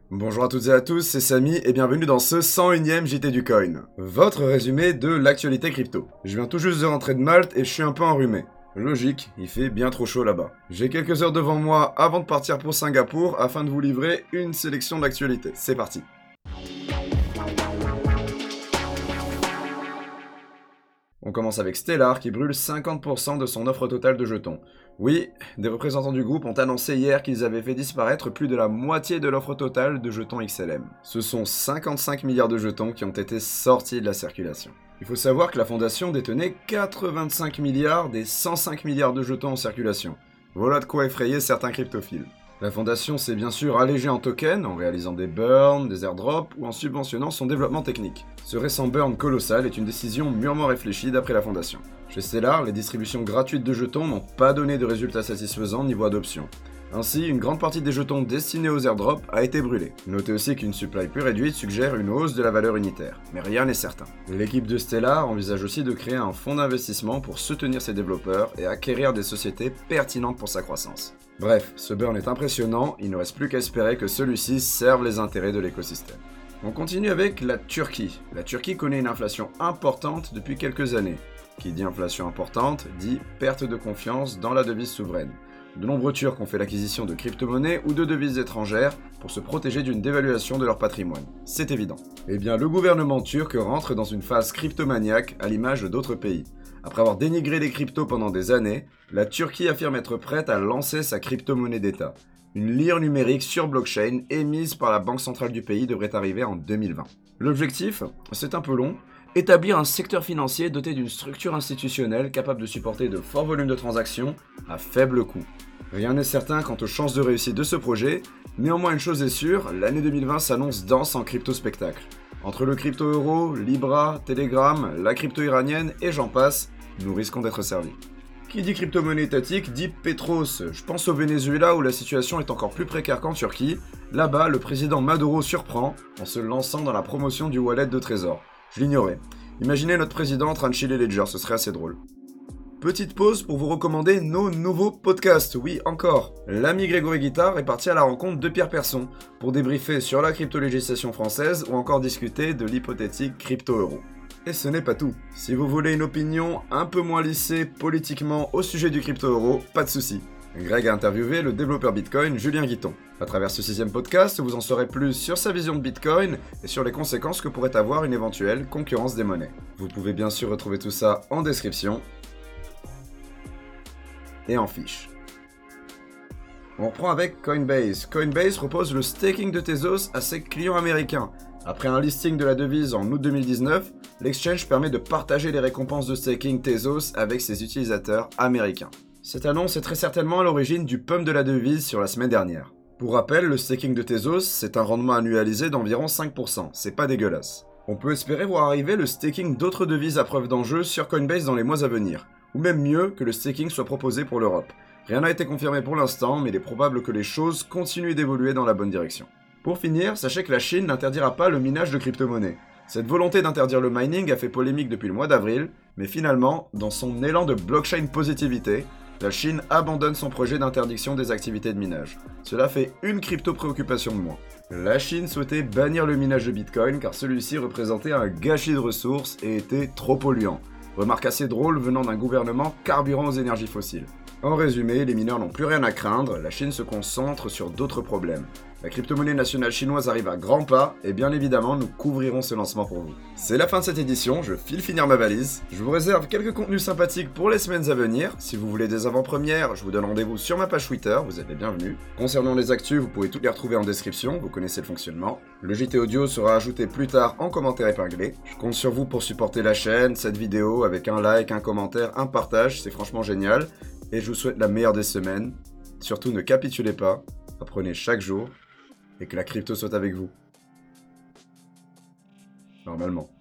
Bonjour à toutes et à tous, c'est Samy et bienvenue dans ce 101ème JT du Coin, votre résumé de l'actualité crypto. Je viens tout juste de rentrer de Malte et je suis un peu enrhumé. Logique, il fait bien trop chaud là-bas. J'ai quelques heures devant moi avant de partir pour Singapour afin de vous livrer une sélection d'actualités. C'est parti. On commence avec Stellar qui brûle 50% de son offre totale de jetons. Oui, des représentants du groupe ont annoncé hier qu'ils avaient fait disparaître plus de la moitié de l'offre totale de jetons XLM. Ce sont 55 milliards de jetons qui ont été sortis de la circulation. Il faut savoir que la fondation détenait 85 milliards des 105 milliards de jetons en circulation. Voilà de quoi effrayer certains cryptophiles. La fondation s'est bien sûr allégée en tokens en réalisant des burns, des airdrops ou en subventionnant son développement technique. Ce récent burn colossal est une décision mûrement réfléchie d'après la fondation. Chez Stellar, les distributions gratuites de jetons n'ont pas donné de résultats satisfaisants niveau adoption. Ainsi, une grande partie des jetons destinés aux airdrops a été brûlée. Notez aussi qu'une supply plus réduite suggère une hausse de la valeur unitaire, mais rien n'est certain. L'équipe de Stellar envisage aussi de créer un fonds d'investissement pour soutenir ses développeurs et acquérir des sociétés pertinentes pour sa croissance. Bref, ce burn est impressionnant, il ne reste plus qu'à espérer que celui-ci serve les intérêts de l'écosystème. On continue avec la Turquie. La Turquie connaît une inflation importante depuis quelques années. Qui dit inflation importante, dit perte de confiance dans la devise souveraine. De nombreux Turcs ont fait l'acquisition de crypto-monnaies ou de devises étrangères pour se protéger d'une dévaluation de leur patrimoine. C'est évident. Eh bien, le gouvernement turc rentre dans une phase cryptomaniaque à l'image d'autres pays. Après avoir dénigré les cryptos pendant des années, la Turquie affirme être prête à lancer sa crypto-monnaie d'État. Une lyre numérique sur blockchain émise par la banque centrale du pays devrait arriver en 2020. L'objectif, c'est un peu long, établir un secteur financier doté d'une structure institutionnelle capable de supporter de forts volumes de transactions à faible coût. Rien n'est certain quant aux chances de réussite de ce projet, néanmoins une chose est sûre, l'année 2020 s'annonce dense en crypto-spectacle. Entre le crypto-euro, Libra, Telegram, la crypto-iranienne et j'en passe, nous risquons d'être servis. Qui dit crypto-monnaie étatique dit Petros. Je pense au Venezuela où la situation est encore plus précaire qu'en Turquie. Là-bas, le président Maduro surprend en se lançant dans la promotion du wallet de trésor. Je l'ignorais. Imaginez notre président en train de chiller Ledger, ce serait assez drôle. Petite pause pour vous recommander nos nouveaux podcasts. Oui, encore. L'ami Grégory Guittard est parti à la rencontre de Pierre Persson pour débriefer sur la crypto-législation française ou encore discuter de l'hypothétique crypto-euro. Et ce n'est pas tout. Si vous voulez une opinion un peu moins lissée politiquement au sujet du crypto-euro, pas de souci. Greg a interviewé le développeur Bitcoin Julien Guiton. À travers ce 6ème podcast, vous en saurez plus sur sa vision de Bitcoin et sur les conséquences que pourrait avoir une éventuelle concurrence des monnaies. Vous pouvez bien sûr retrouver tout ça en description et en fiche. On reprend avec Coinbase. Coinbase propose le staking de Tezos à ses clients américains. Après un listing de la devise en août 2019, l'exchange permet de partager les récompenses de staking Tezos avec ses utilisateurs américains. Cette annonce est très certainement à l'origine du pump de la devise sur la semaine dernière. Pour rappel, le staking de Tezos, c'est un rendement annualisé d'environ 5%, c'est pas dégueulasse. On peut espérer voir arriver le staking d'autres devises à preuve d'enjeu sur Coinbase dans les mois à venir, ou même mieux que le staking soit proposé pour l'Europe. Rien n'a été confirmé pour l'instant, mais il est probable que les choses continuent d'évoluer dans la bonne direction. Pour finir, sachez que la Chine n'interdira pas le minage de crypto-monnaies. Cette volonté d'interdire le mining a fait polémique depuis le mois d'avril, mais finalement, dans son élan de blockchain positivité, la Chine abandonne son projet d'interdiction des activités de minage. Cela fait une crypto-préoccupation de moins. La Chine souhaitait bannir le minage de Bitcoin car celui-ci représentait un gâchis de ressources et était trop polluant. Remarque assez drôle venant d'un gouvernement carburant aux énergies fossiles. En résumé, les mineurs n'ont plus rien à craindre, la Chine se concentre sur d'autres problèmes. La crypto-monnaie nationale chinoise arrive à grands pas, et bien évidemment, nous couvrirons ce lancement pour vous. C'est la fin de cette édition, je file finir ma valise. Je vous réserve quelques contenus sympathiques pour les semaines à venir. Si vous voulez des avant-premières, je vous donne rendez-vous sur ma page Twitter, vous êtes les bienvenus. Concernant les actus, vous pouvez toutes les retrouver en description, vous connaissez le fonctionnement. Le JT audio sera ajouté plus tard en commentaire épinglé. Je compte sur vous pour supporter la chaîne, cette vidéo, avec un like, un commentaire, un partage, c'est franchement génial. Et je vous souhaite la meilleure des semaines. Surtout ne capitulez pas, apprenez chaque jour, et que la crypto soit avec vous. Normalement.